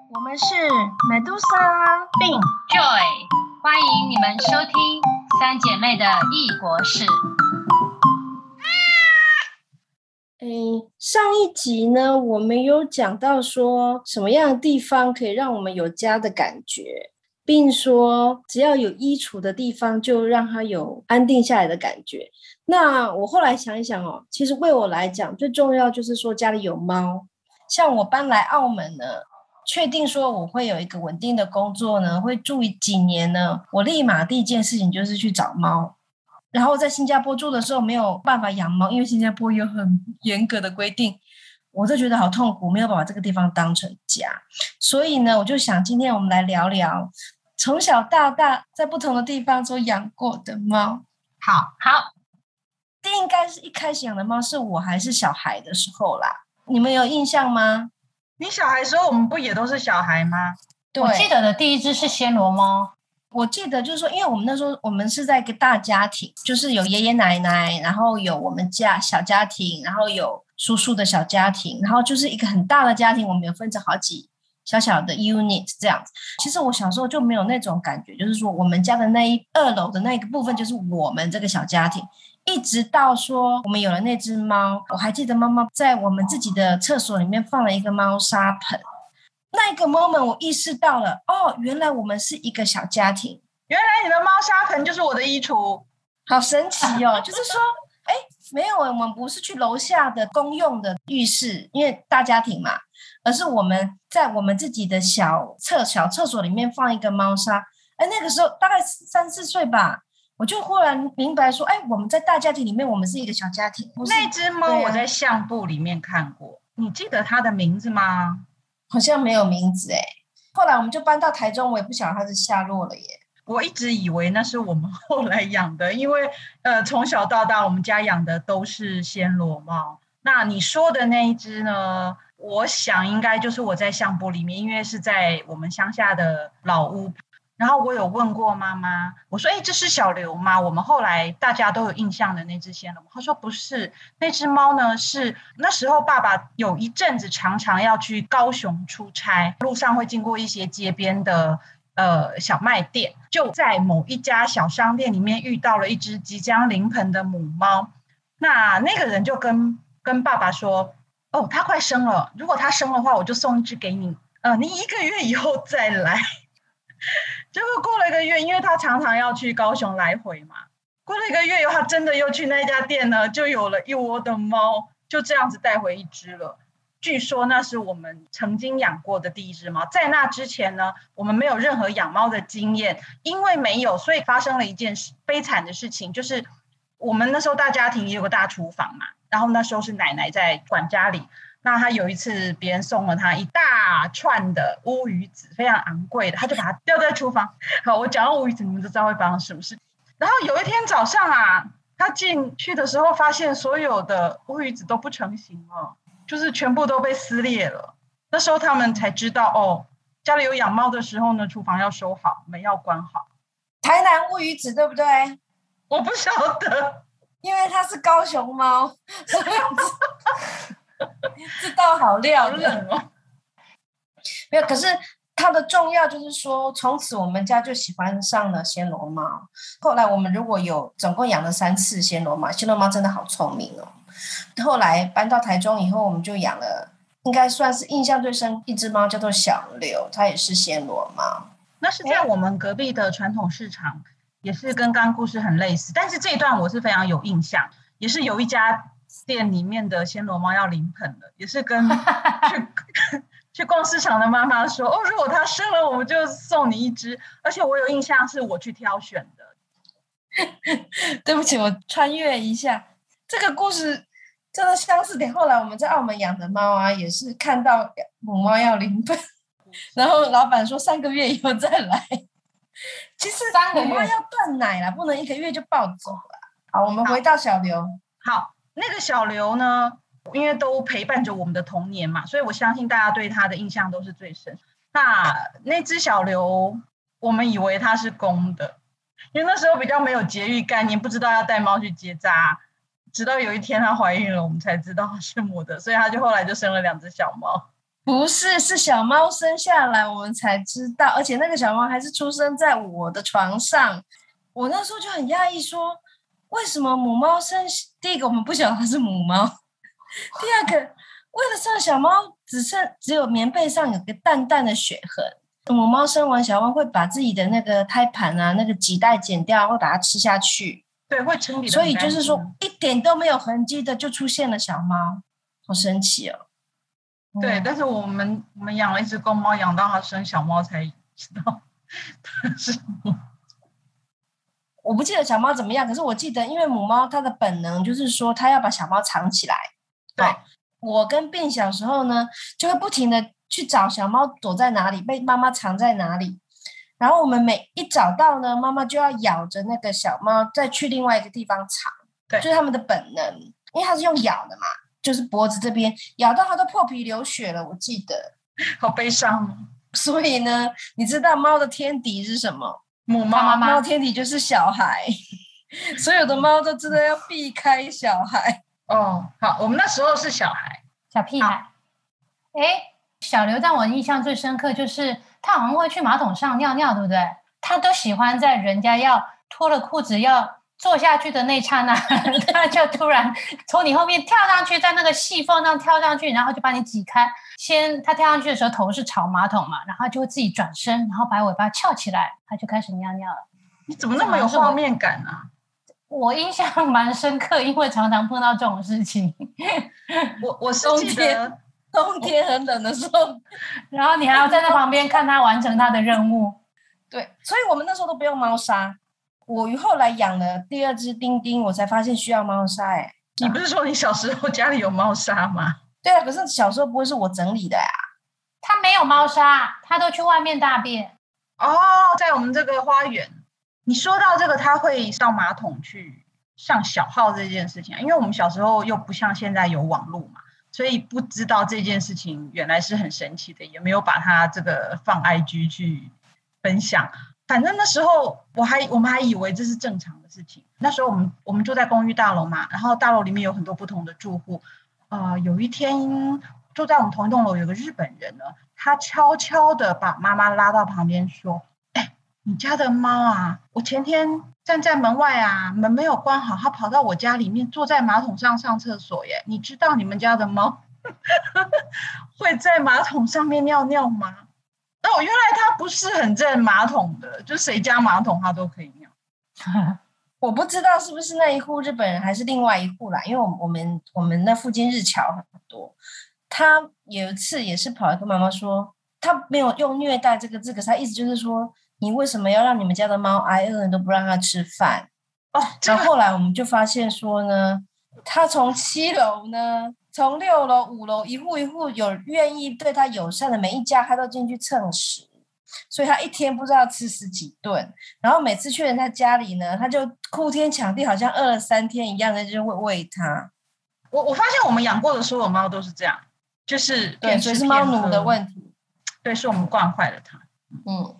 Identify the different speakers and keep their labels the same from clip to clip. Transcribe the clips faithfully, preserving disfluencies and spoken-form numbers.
Speaker 1: 我们是 Medusa
Speaker 2: 并 Joy， 欢迎你们收听三姐妹的异国事。
Speaker 1: 诶，上一集呢，我们有讲到说什么样的地方可以让我们有家的感觉，并说只要有衣橱的地方就让它有安定下来的感觉。那我后来想一想哦，其实为我来讲最重要就是说家里有猫。像我搬来澳门呢，确定说我会有一个稳定的工作呢，会住几年呢，我立马第一件事情就是去找猫。然后在新加坡住的时候没有办法养猫，因为新加坡有很严格的规定，我就觉得好痛苦，没有办法把这个地方当成家。所以呢，我就想今天我们来聊聊从小到大在不同的地方所养过的猫。
Speaker 2: 好好，
Speaker 1: 第一应该是一开始养的猫是我还是小孩的时候啦，你们有印象吗？
Speaker 3: 你小孩时候我们不也都是小孩吗？
Speaker 1: 对，
Speaker 2: 我记得的第一只是暹罗猫。
Speaker 1: 我记得就是说，因为我们那时候我们是在一个大家庭，就是有爷爷奶奶，然后有我们家小家庭，然后有叔叔的小家庭，然后就是一个很大的家庭，我们有分成好几小小的 unit 这样子。其实我小时候就没有那种感觉，就是说我们家的那一二楼的那个部分就是我们这个小家庭，一直到说我们有了那只猫，我还记得妈妈在我们自己的厕所里面放了一个猫砂盆。那一个 moment 我意识到了，哦，原来我们是一个小家庭，
Speaker 3: 原来你的猫砂盆就是我的衣橱，
Speaker 1: 好神奇哦！就是说，哎，没有，我们不是去楼下的公用的浴室，因为大家庭嘛，而是我们在我们自己的小厕小厕所里面放一个猫砂。哎，那个时候大概三四岁吧，我就忽然明白说，哎，我们在大家庭里面，我们是一个小家庭。
Speaker 3: 那只猫我在相簿里面看过，啊，你记得它的名字吗？
Speaker 1: 好像没有名字哎。后来我们就搬到台中，我也不晓得它的下落了耶。
Speaker 3: 我一直以为那是我们后来养的，因为呃从小到大我们家养的都是暹罗猫。那你说的那一只呢？我想应该就是我在相簿里面，因为是在我们乡下的老屋。然后我有问过妈妈，我说：“哎，这是小刘吗？我们后来大家都有印象的那只暹罗猫。”她说：“不是，那只猫呢是那时候爸爸有一阵子常常要去高雄出差，路上会经过一些街边的呃小卖店，就在某一家小商店里面遇到了一只即将临盆的母猫。那那个人就跟跟爸爸说：‘哦，它快生了，如果它生的话，我就送一只给你，呃，你一个月以后再来。’”结果过了一个月，因为他常常要去高雄来回嘛，过了一个月以后，他真的又去那家店呢，就有了一窝的猫，就这样子带回一只了。据说那是我们曾经养过的第一只猫。在那之前呢，我们没有任何养猫的经验，因为没有，所以发生了一件悲惨的事情，就是我们那时候大家庭也有个大厨房嘛，然后那时候是奶奶在管家里。那他有一次别人送了他一大串的乌鱼子，非常昂贵的，他就把它吊在厨房。好，我讲到乌鱼子你们就知道会发生什么事。然后有一天早上啊，他进去的时候发现所有的乌鱼子都不成形了，就是全部都被撕裂了。那时候他们才知道，哦，家里有养猫的时候呢，厨房要收好，门要关好。
Speaker 1: 台南乌鱼子对不对？
Speaker 3: 我不晓得，
Speaker 1: 因为它是高雄猫，所以这道好料的。
Speaker 3: 好冷哦。
Speaker 1: 没有，可是它的重要就是说，从此我们家就喜欢上了暹罗猫。后来我们如果有总共养了三次暹罗猫，暹罗猫真的好聪明哦。后来搬到台中以后，我们就养了，应该算是印象最深一只猫，叫做小刘，它也是暹罗猫。
Speaker 3: 那是在我们隔壁的传统市场，也是跟刚刚故事很类似，但是这一段我是非常有印象，也是有一家店里面的暹罗猫要临盆了，也是跟去去逛市场的妈妈说，哦，如果它生了，我们就送你一只。而且我有印象是我去挑选的。
Speaker 1: 对不起，我穿越一下这个故事，真的相似点。后来我们在澳门养的猫啊，也是看到母猫要临盆，然后老板说三个月以后再来。其实母猫要断奶啦，不能一个月就抱走了。好，我们回到小刘。
Speaker 3: 好，那个小刘呢，因为都陪伴着我们的童年嘛，所以我相信大家对他的印象都是最深。那那只小刘，我们以为它是公的，因为那时候比较没有节育概念，不知道要带猫去结扎。直到有一天她怀孕了，我们才知道她是母的，所以她就后来就生了两只小猫。
Speaker 1: 不是，是小猫生下来我们才知道，而且那个小猫还是出生在我的床上。我那时候就很讶异说，为什么母猫生？第一个我们不晓得它是母猫，第二个为了生小猫只剩只有棉被上有个淡淡的血痕。母猫生完小猫会把自己的那个胎盘啊，那个脐带剪掉，会把它吃下去。
Speaker 3: 对，会清理的。
Speaker 1: 所以就是说一点都没有痕迹的就出现了小猫，好神奇哦。
Speaker 3: 对，但是我们我们养了一只公猫，养到它生小猫才知道它是母。
Speaker 1: 我不记得小猫怎么样，可是我记得，因为母猫它的本能就是说，它要把小猫藏起来。
Speaker 3: 对，
Speaker 1: 哦、我跟病小时候呢，就会不停的去找小猫躲在哪里，被妈妈藏在哪里。然后我们每一找到呢，妈妈就要咬着那个小猫，再去另外一个地方藏。
Speaker 3: 对，
Speaker 1: 就是他们的本能，因为它是用咬的嘛。就是脖子这边咬到它都破皮流血了，我记得，
Speaker 3: 好悲伤。
Speaker 1: 所以呢，你知道猫的天敌是什么？
Speaker 3: 母猫。
Speaker 1: 猫天敌就是小孩，所有的猫都知道要避开小孩。
Speaker 3: 哦，好，我们那时候是小孩，
Speaker 4: 小屁孩。哎，小刘让我印象最深刻就是他好像会去马桶上尿尿，对不对？他都喜欢在人家要脱了裤子要坐下去的那刹那，他就突然从你后面跳上去，在那个细缝上跳上去，然后就把你挤开。先他跳上去的时候头是朝马桶嘛，然后就会自己转身，然后把尾巴翘起来，他就开始尿尿了。
Speaker 3: 你怎么那么有画面感啊？
Speaker 4: 我印象蛮深刻，因为常常碰到这种事情。
Speaker 3: 我我是记得
Speaker 1: 冬天很冷的时候，
Speaker 4: 然后你还要站在旁边看他完成他的任务。
Speaker 1: 对，所以我们那时候都不用猫砂。我后来养了第二只丁丁，我才发现需要猫砂。哎，
Speaker 3: 你不是说你小时候家里有猫砂吗？
Speaker 1: 对啊，可是小时候不会是我整理的呀。
Speaker 4: 他没有猫砂，他都去外面大便。
Speaker 3: 哦，在我们这个花园。你说到这个，他会上马桶去上小号这件事情，因为我们小时候又不像现在有网络嘛，所以不知道这件事情原来是很神奇的，也没有把它这个放 I G 去分享。反正那时候我还我们还以为这是正常的事情。那时候我们我们住在公寓大楼嘛，然后大楼里面有很多不同的住户。呃，有一天住在我们同一栋楼有个日本人呢，他悄悄的把妈妈拉到旁边说：“哎，你家的猫啊，我前天站在门外啊，门没有关好，它跑到我家里面坐在马桶上上厕所耶。你知道你们家的猫会在马桶上面尿尿吗？”哦，原来它不是很正马桶的，就谁家马桶它都可以尿。
Speaker 1: 我不知道是不是那一户日本人还是另外一户啦，因为我们我们我们那附近日侨很多。他有一次也是跑来跟妈妈说，他没有用虐待这个字，可是他意思就是说，你为什么要让你们家的猫挨饿，你都不让它吃饭？
Speaker 3: 哦，
Speaker 1: 然后后来我们就发现说呢，他从七楼呢，从六楼、五楼一户一户有愿意对他友善的，每一家他都进去蹭食。所以他一天不知道吃十几顿，然后每次去人家家里呢，他就哭天抢地，好像饿了三天一样的，就会喂他。
Speaker 3: 我我发现我们养过的所有猫都是这样，就是
Speaker 1: 对，所以是猫奴的问题。
Speaker 3: 对，是我们惯坏了它。
Speaker 1: 嗯。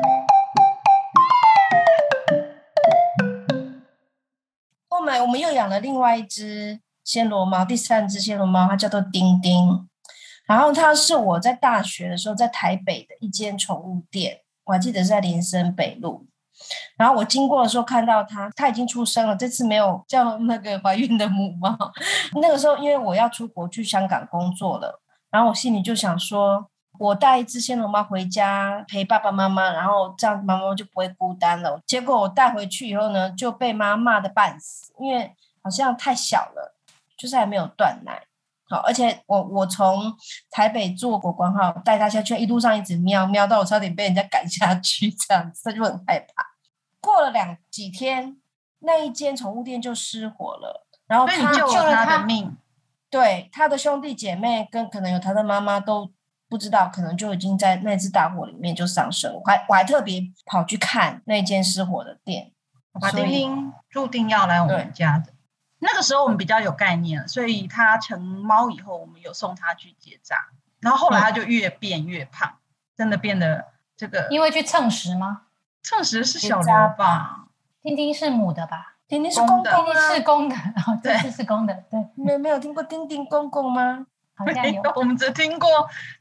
Speaker 1: 后来我们又养了另外一只暹罗猫，第三只暹罗猫，它叫做丁丁。然后它是我在大学的时候在台北的一间宠物店，我还记得是在林森北路。然后我经过的时候看到它，它已经出生了，这次没有叫那个怀孕的母猫。那个时候因为我要出国去香港工作了，然后我心里就想说，我带一只暹罗猫回家陪爸爸妈妈，然后这样妈妈就不会孤单了。结果我带回去以后呢，就被妈骂的半死，因为好像太小了，就是还没有断奶。好，而且我我从台北坐国光号带他下去，一路上一直喵喵到我差点被人家赶下去，这样子他就很害怕。过了两几天，那一间宠物店就失火了，然后他
Speaker 3: 救了他的命。
Speaker 1: 对，他的兄弟姐妹跟可能有他的妈妈都不知道，可能就已经在那次大火里面就丧生。我还我还特别跑去看那间失火的店。
Speaker 3: 把丁丁注定要来我们家的。那个时候我们比较有概念，所以他成猫以后，我们有送他去结扎，然后后来他就越变越胖，嗯、真的变得这个。
Speaker 4: 因为去蹭食吗？
Speaker 3: 蹭食是小刘吧？
Speaker 4: 丁丁是母的吧？
Speaker 1: 丁丁是公公、啊，
Speaker 4: 丁丁是公的，哦，对，是公的，对。
Speaker 1: 没没有听过丁丁公公吗？
Speaker 4: 好像有，
Speaker 3: 我们只听过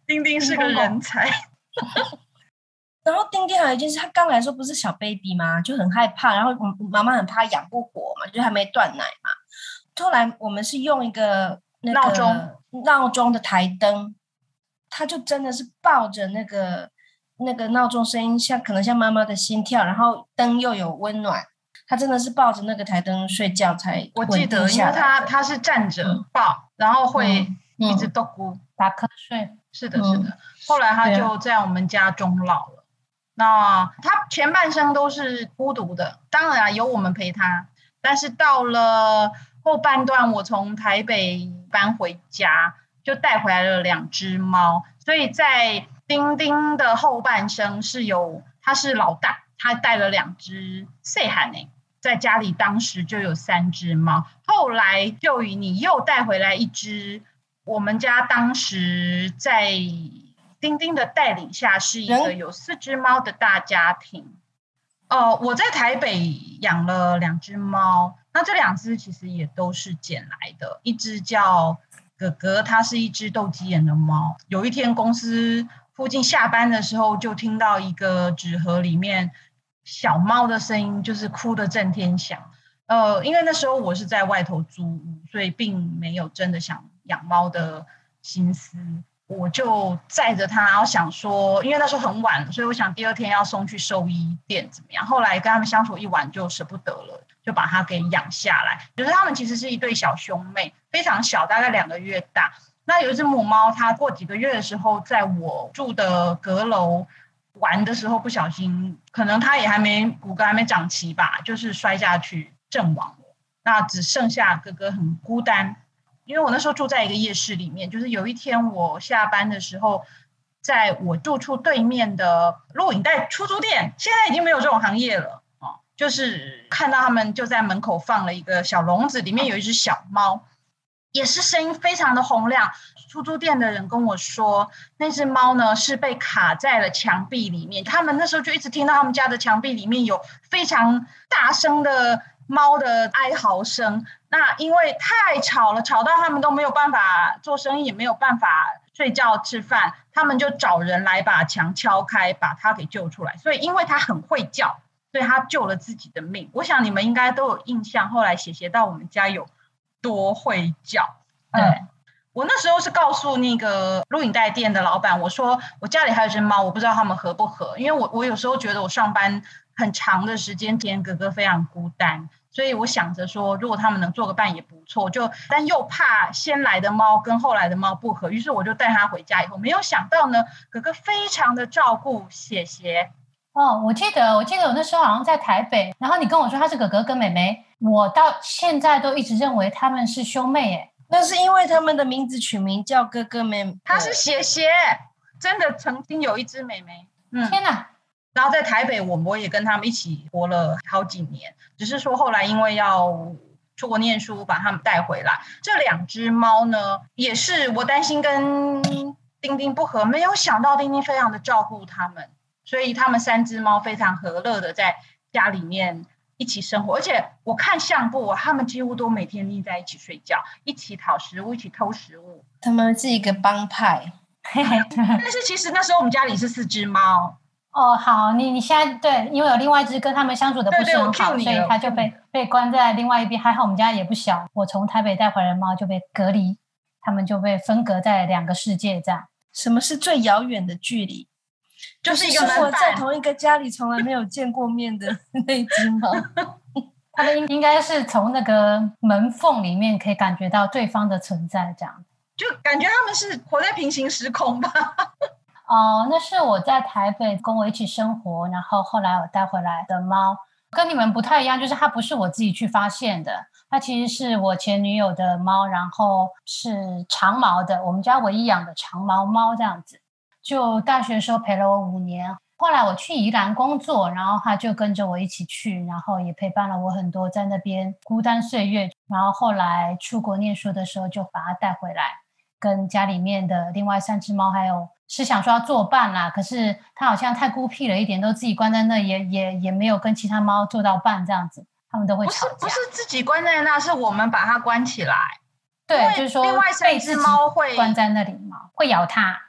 Speaker 3: 丁丁是个人才。
Speaker 1: 然后丁丁还有一件事，他刚来的时候不是小 baby 吗？就很害怕，然后妈妈很怕养不活嘛，就还没断奶嘛。后来我们是用一个那个
Speaker 3: 闹钟
Speaker 1: 闹钟的台灯，他就真的是抱着那个那个闹钟声音像可能像妈妈的心跳，然后灯又有温暖，他真的是抱着那个台灯睡觉才
Speaker 3: 我记得，因为他他是站着抱，嗯、然后会一直都咕、嗯、
Speaker 4: 打瞌睡。
Speaker 3: 是的，是的。嗯、后来他就在我们家终老了。那他前半生都是孤独的，当然有我们陪他，但是到了后半段，我从台北搬回家，就带回来了两只猫，所以在丁丁的后半生是有，他是老大，他带了两只细汉呢，在家里当时就有三只猫，后来就以你又带回来一只，我们家当时在丁丁的带领下是一个有四只猫的大家庭。呃，我在台北养了两只猫，那这两只其实也都是捡来的，一只叫哥哥，它是一只斗鸡眼的猫。有一天公司附近下班的时候，就听到一个纸盒里面小猫的声音，就是哭得震天响。呃，因为那时候我是在外头租屋，所以并没有真的想养猫的心思。我就载着他，然后想说，因为那时候很晚了，所以我想第二天要送去兽医店怎么样。后来跟他们相处一晚就舍不得了，就把他给养下来。就是他们其实是一对小兄妹，非常小，大概两个月大。那有一只母猫，它过几个月的时候，在我住的阁楼玩的时候，不小心，可能它也还没骨骼还没长齐吧，就是摔下去阵亡了。那只剩下哥哥很孤单。因为我那时候住在一个夜市里面，就是有一天我下班的时候，在我住处对面的录影带出租店，现在已经没有这种行业了、哦、就是看到他们就在门口放了一个小笼子，里面有一只小猫，也是声音非常的洪亮。出租店的人跟我说，那只猫呢是被卡在了墙壁里面，他们那时候就一直听到他们家的墙壁里面有非常大声的猫的哀嚎声。那因为太吵了，吵到他们都没有办法做生意，也没有办法睡觉吃饭，他们就找人来把墙敲开，把它给救出来。所以因为他很会叫，所以他救了自己的命。我想你们应该都有印象，后来写写到我们家有多会叫。对、嗯、我那时候是告诉那个录影带店的老板，我说我家里还有只猫，我不知道他们合不合，因为我我有时候觉得我上班很长的时间天哥哥非常孤单，所以我想着说如果他们能做个伴也不错，就但又怕先来的猫跟后来的猫不合，于是我就带他回家。以后没有想到呢，哥哥非常的照顾谢谢。
Speaker 4: 哦，我记得我记得我那时候好像在台北，然后你跟我说他是哥哥跟妹妹，我到现在都一直认为他们是兄妹耶。
Speaker 1: 那是因为他们的名字取名叫哥哥妹妹，
Speaker 3: 他是谢谢，真的曾经有一只妹妹、
Speaker 4: 嗯、天哪。
Speaker 3: 然后在台北我我也跟他们一起活了好几年，只是说后来因为要出国念书把他们带回来。这两只猫呢也是我担心跟丁丁不合，没有想到丁丁非常的照顾他们，所以他们三只猫非常和乐的在家里面一起生活。而且我看相簿，他们几乎都每天腻在一起睡觉，一起讨食物，一起偷食物，
Speaker 1: 他们是一个帮派。
Speaker 3: 但是其实那时候我们家里是四只猫。
Speaker 4: 哦，好，你你现在对，因为有另外一只跟他们相处的不是很好，所以他就被被关在另外一边。还好我们家也不小，我从台北带回来的猫就被隔离，他们就被分隔在两个世界这样。
Speaker 1: 什么是最遥远的距离？
Speaker 3: 就是一个
Speaker 1: 生活在同一个家里从来没有见过面的那只猫。
Speaker 4: 他们应该是从那个门缝里面可以感觉到对方的存在，这样
Speaker 3: 就感觉他们是活在平行时空吧。
Speaker 4: 哦、呃，那是我在台北跟我一起生活，然后后来我带回来的猫，跟你们不太一样，就是它不是我自己去发现的，它其实是我前女友的猫，然后是长毛的，我们家唯一养的长毛猫这样子。就大学的时候陪了我五年，后来我去宜兰工作，然后它就跟着我一起去，然后也陪伴了我很多在那边孤单岁月。然后后来出国念书的时候就把它带回来，跟家里面的另外三只猫还有是想说要作伴啦，可是它好像太孤僻了一点，都自己关在那，也也也没有跟其他猫做到伴这样子，他们都会吵架。
Speaker 3: 不是不是自己关在那，是我们把它关起来。
Speaker 4: 对，就是说
Speaker 3: 另外三只猫会
Speaker 4: 关在那里嘛，会咬它。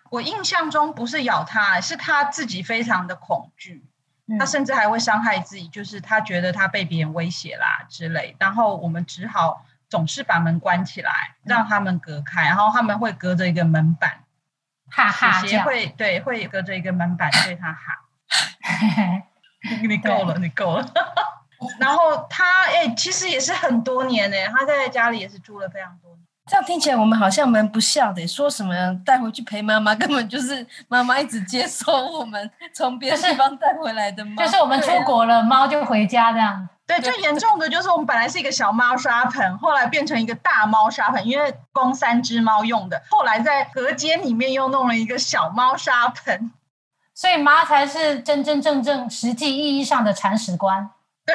Speaker 3: 我印象中不是咬他，是他自己非常的恐惧，他甚至还会伤害自己，就是他觉得他被别人威胁啦之类，然后我们只好总是把门关起来，让他们隔开，然后他们会隔着一个门板，
Speaker 4: 哈哈，
Speaker 3: 姐姐会对会隔着一个门板对他喊，你够了，你够了。然后他哎、欸，其实也是很多年哎、欸，他在家里也是住了非常多年。
Speaker 1: 这样听起来我们好像蛮不孝的，说什么带回去陪妈妈，根本就是妈妈一直接收我们从别的地方带回来的猫，
Speaker 4: 就是我们出国了，猫就回家这样。
Speaker 3: 对，最严重的就是我们本来是一个小猫砂盆，后来变成一个大猫砂盆，因为供三只猫用的，后来在隔间里面又弄了一个小猫砂盆，
Speaker 4: 所以妈才是真真正正实际意义上的铲屎官。
Speaker 3: 对。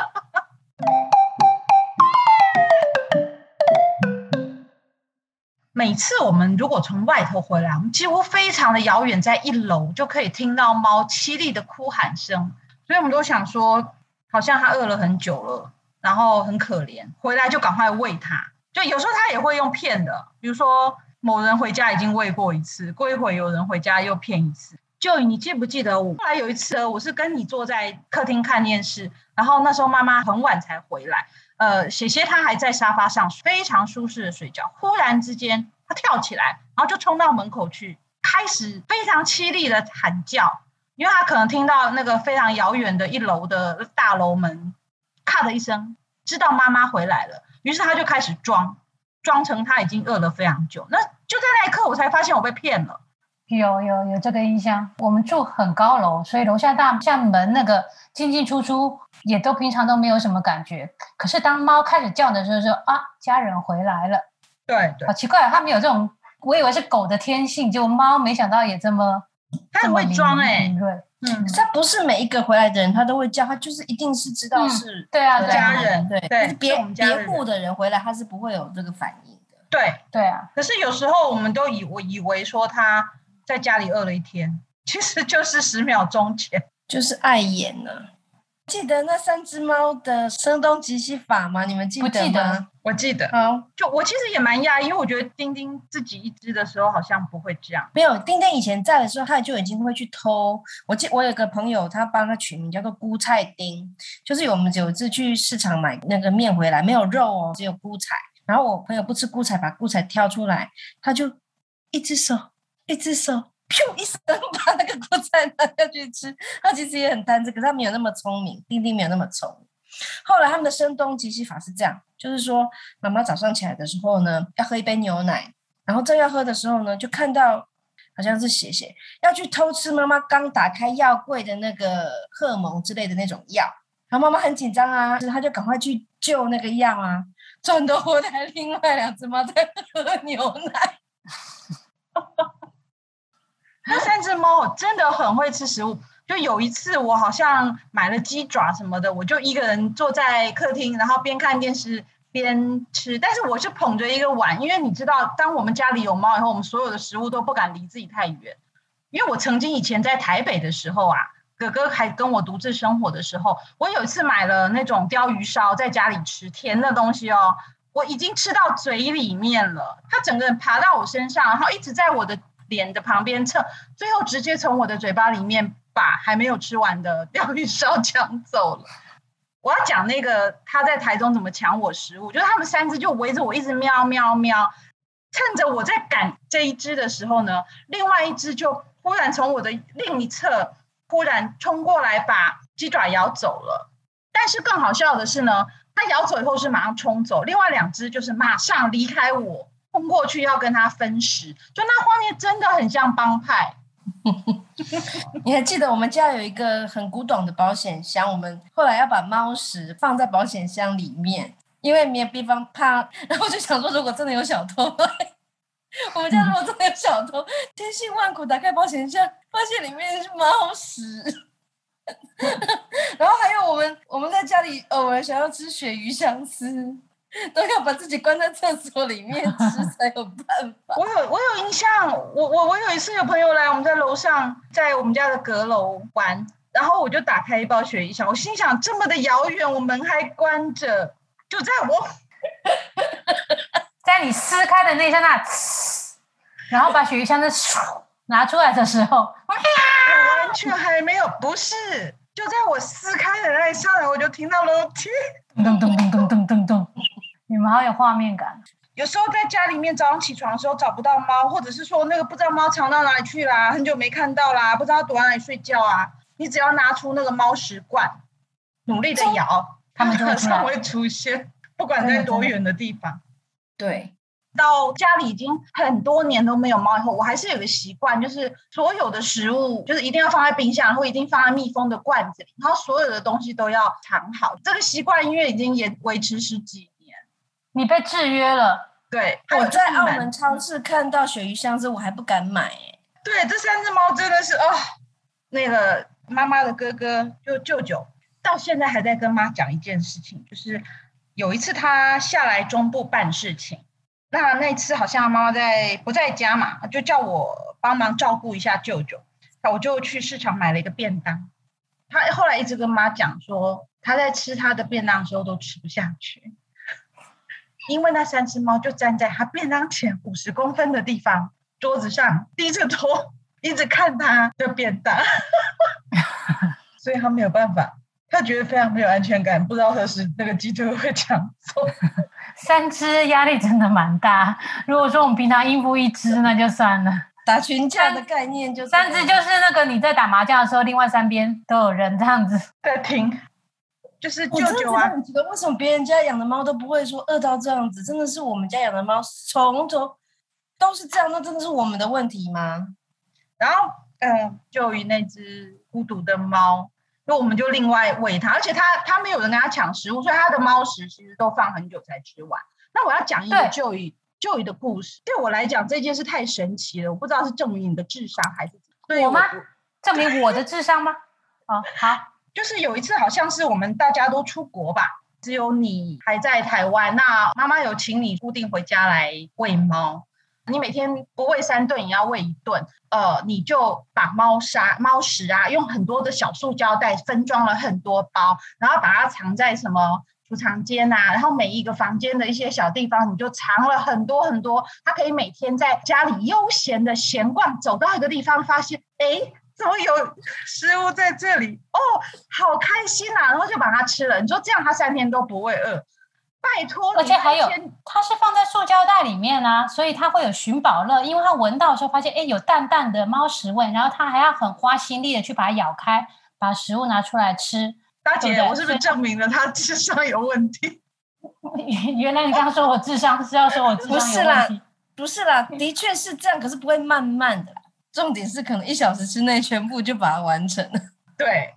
Speaker 3: 每次我们如果从外头回来，我们几乎非常的遥远，在一楼就可以听到猫凄厉的哭喊声，所以我们都想说好像它饿了很久了，然后很可怜，回来就赶快喂它。就有时候它也会用骗的，比如说某人回家已经喂过一次，过一会有人回家又骗一次。就你记不记得我后来有一次我是跟你坐在客厅看电视，然后那时候妈妈很晚才回来，呃，姐姐她还在沙发上非常舒适的睡觉，忽然之间她跳起来，然后就冲到门口去，开始非常凄厉的喊叫，因为她可能听到那个非常遥远的一楼的大楼门咔的一声，知道妈妈回来了，于是她就开始装装成她已经饿了非常久。那就在那一刻我才发现我被骗了。
Speaker 4: 有有有这个印象，我们住很高楼，所以楼下大像门那个进进出出也都平常都没有什么感觉。可是当猫开始叫的时候说啊，家人回来了。
Speaker 3: 对对，
Speaker 4: 好奇怪，它们有这种，我以为是狗的天性，结果猫没想到也这么，
Speaker 3: 它很会装哎、欸，
Speaker 4: 敏锐。
Speaker 1: 嗯，它不是每一个回来的人他都会叫，他就是一定是知道是、
Speaker 4: 嗯、对啊
Speaker 3: 家人，
Speaker 1: 对
Speaker 3: 对，
Speaker 1: 别别户的人回来他是不会有这个反应的。
Speaker 3: 对
Speaker 4: 对啊，
Speaker 3: 可是有时候我们都以我以为说他在家里饿了一天，其实就是十秒钟前，
Speaker 1: 就是碍眼了。记得那三只猫的声东击西法吗？你们记得吗？
Speaker 4: 不记得，
Speaker 3: 我记得。
Speaker 1: 好，
Speaker 3: 就我其实也蛮讶异，因为我觉得丁丁自己一只的时候好像不会这样。
Speaker 1: 没有，丁丁以前在的时候，他就已经会去偷。我记，我有个朋友，他帮他取名叫做菇菜丁，就是我们有一次去市场买那个面回来，没有肉哦，只有菇菜。然后我朋友不吃菇菜，把菇菜挑出来，他就一只手，一只手。噗一声把那个菇菜拿下去吃，他其实也很贪吃，可是他没有那么聪明，丁丁没有那么聪明。后来他们的声东击西法是这样，就是说妈妈早上起来的时候呢，要喝一杯牛奶，然后正要喝的时候呢，就看到好像是血血要去偷吃妈妈刚打开药柜的那个荷尔蒙之类的那种药，然后妈妈很紧张啊，他就赶快去救那个药啊，转头回来另外两只猫在喝牛奶。
Speaker 3: 那三只猫真的很会吃食物，就有一次我好像买了鸡爪什么的，我就一个人坐在客厅，然后边看电视边吃，但是我是捧着一个碗，因为你知道当我们家里有猫以后，我们所有的食物都不敢离自己太远。因为我曾经以前在台北的时候啊，哥哥还跟我独自生活的时候，我有一次买了那种鲷鱼烧在家里吃，甜的东西哦，我已经吃到嘴里面了，它整个人爬到我身上，然后一直在我的脸的旁边蹭，最后直接从我的嘴巴里面把还没有吃完的鲷鱼烧抢走了。我要讲那个他在台中怎么抢我食物，就是他们三只就围着我一直喵喵喵，趁着我在赶这一只的时候呢，另外一只就忽然从我的另一侧忽然冲过来把鸡爪咬走了。但是更好笑的是呢，它咬走以后是马上冲走，另外两只就是马上离开我，冲过去要跟他分食，就那画面真的很像帮派。
Speaker 1: 你还记得我们家有一个很古董的保险箱，我们后来要把猫食放在保险箱里面，因为没有地方怕，然后就想说如果真的有小偷，我们家如果真的有小偷，千辛万苦打开保险箱，发现里面是猫食。然后还有我们我们在家里偶尔想要吃鳕鱼香丝，都要把自己关在厕所里面吃才有办法。
Speaker 3: 我有我有印象，我我我有一次有朋友来，我们在楼上，在我们家的阁楼玩，然后我就打开一包鳕鱼香，我心想这么的遥远，我门还关着，就在我
Speaker 4: 在你撕开的那一刹那，然后把鳕鱼香的拿出来的时候，
Speaker 3: 我完全还没有，不是，就在我撕开的那一刹那，我就听到楼梯
Speaker 4: 咚咚咚咚咚咚咚，你们好有画面感。
Speaker 3: 有时候在家里面早上起床的时候找不到猫，或者是说那个不知道猫藏到哪里去啦，很久没看到啦，不知道躲在哪里睡觉啊，你只要拿出那个猫食罐，努力的摇，
Speaker 4: 它们就会出来，
Speaker 3: 会出现，不管在多远的地方。
Speaker 1: 对，
Speaker 3: 到家里已经很多年都没有猫以后，我还是有个习惯，就是所有的食物就是一定要放在冰箱，或一定放在密封的罐子里，然后所有的东西都要藏好。这个习惯因为已经也维持十几年。
Speaker 4: 你被制约了。
Speaker 3: 对，
Speaker 1: 我在澳门超市看到鳕鱼香丝，我还不敢买哎。
Speaker 3: 对，这三只猫真的是哦，那个妈妈的哥哥就舅舅，到现在还在跟妈讲一件事情，就是有一次他下来中部办事情，那那次好像妈妈在不在家嘛，就叫我帮忙照顾一下舅舅，那我就去市场买了一个便当。他后来一直跟妈讲说，他在吃他的便当的时候都吃不下去。因为那三只猫就站在他便当前五十公分的地方，桌子上低着头，一直看他的便当，所以他没有办法，他觉得非常没有安全感，不知道何时那个鸡腿会抢走。
Speaker 4: 三只压力真的蛮大，如果说我们平常应付一只那就算了，
Speaker 1: 打群架的概念就是
Speaker 4: 三只就是那个你在打麻将的时候，另外三边都有人这样子
Speaker 3: 在听。就是舅舅
Speaker 1: 啊，我真的觉得为什么别人家养的猫都不会说饿到这样子？真的是我们家养的猫从头都是这样，那真的是我们的问题吗？
Speaker 3: 然后，呃，就于那只孤独的猫，那我们就另外喂它，而且它它没有人跟它抢食物，所以它的猫食其实都放很久才吃完。那我要讲一个就于就于的故事，对我来讲这件事太神奇了，我不知道是证明你的智商还是
Speaker 4: 对我吗？证明我的智商吗？哦，好。
Speaker 3: 就是有一次好像是我们大家都出国吧，只有你还在台湾，那妈妈有请你固定回家来喂猫，你每天不喂三顿也要喂一顿，呃，你就把猫砂猫食啊用很多的小塑胶袋分装了很多包，然后把它藏在什么储藏间啊，然后每一个房间的一些小地方你就藏了很多很多，它可以每天在家里悠闲的闲逛，走到一个地方发现诶怎么有食物在这里？哦，好开心啊！然后就把它吃了。你说这样，它三天都不会饿？拜托，
Speaker 4: 而且还有，它是放在塑胶袋里面啊，所以它会有寻宝乐。因为它闻到的时候发现，哎，有淡淡的猫食味，然后它还要很花心力的去把它咬开，把食物拿出来吃。
Speaker 3: 大姐，对对我是不是证明了它智商有问题？
Speaker 4: 原来你刚刚说我智商是要说我智商有问题？
Speaker 1: 不是啦，不是啦，的确是这样，可是不会慢慢的啦。重点是可能一小时之内全部就把它完成了。
Speaker 3: 对。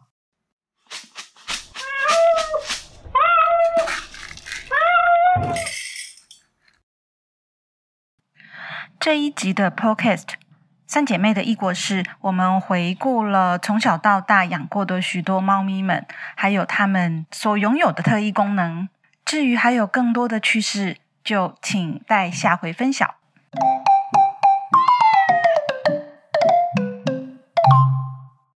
Speaker 5: 这一集的 Podcast 三姐妹的异国事，我们回顾了从小到大养过的许多猫咪们，还有它们所拥有的特异功能。至于还有更多的趣事，就请待下回分晓。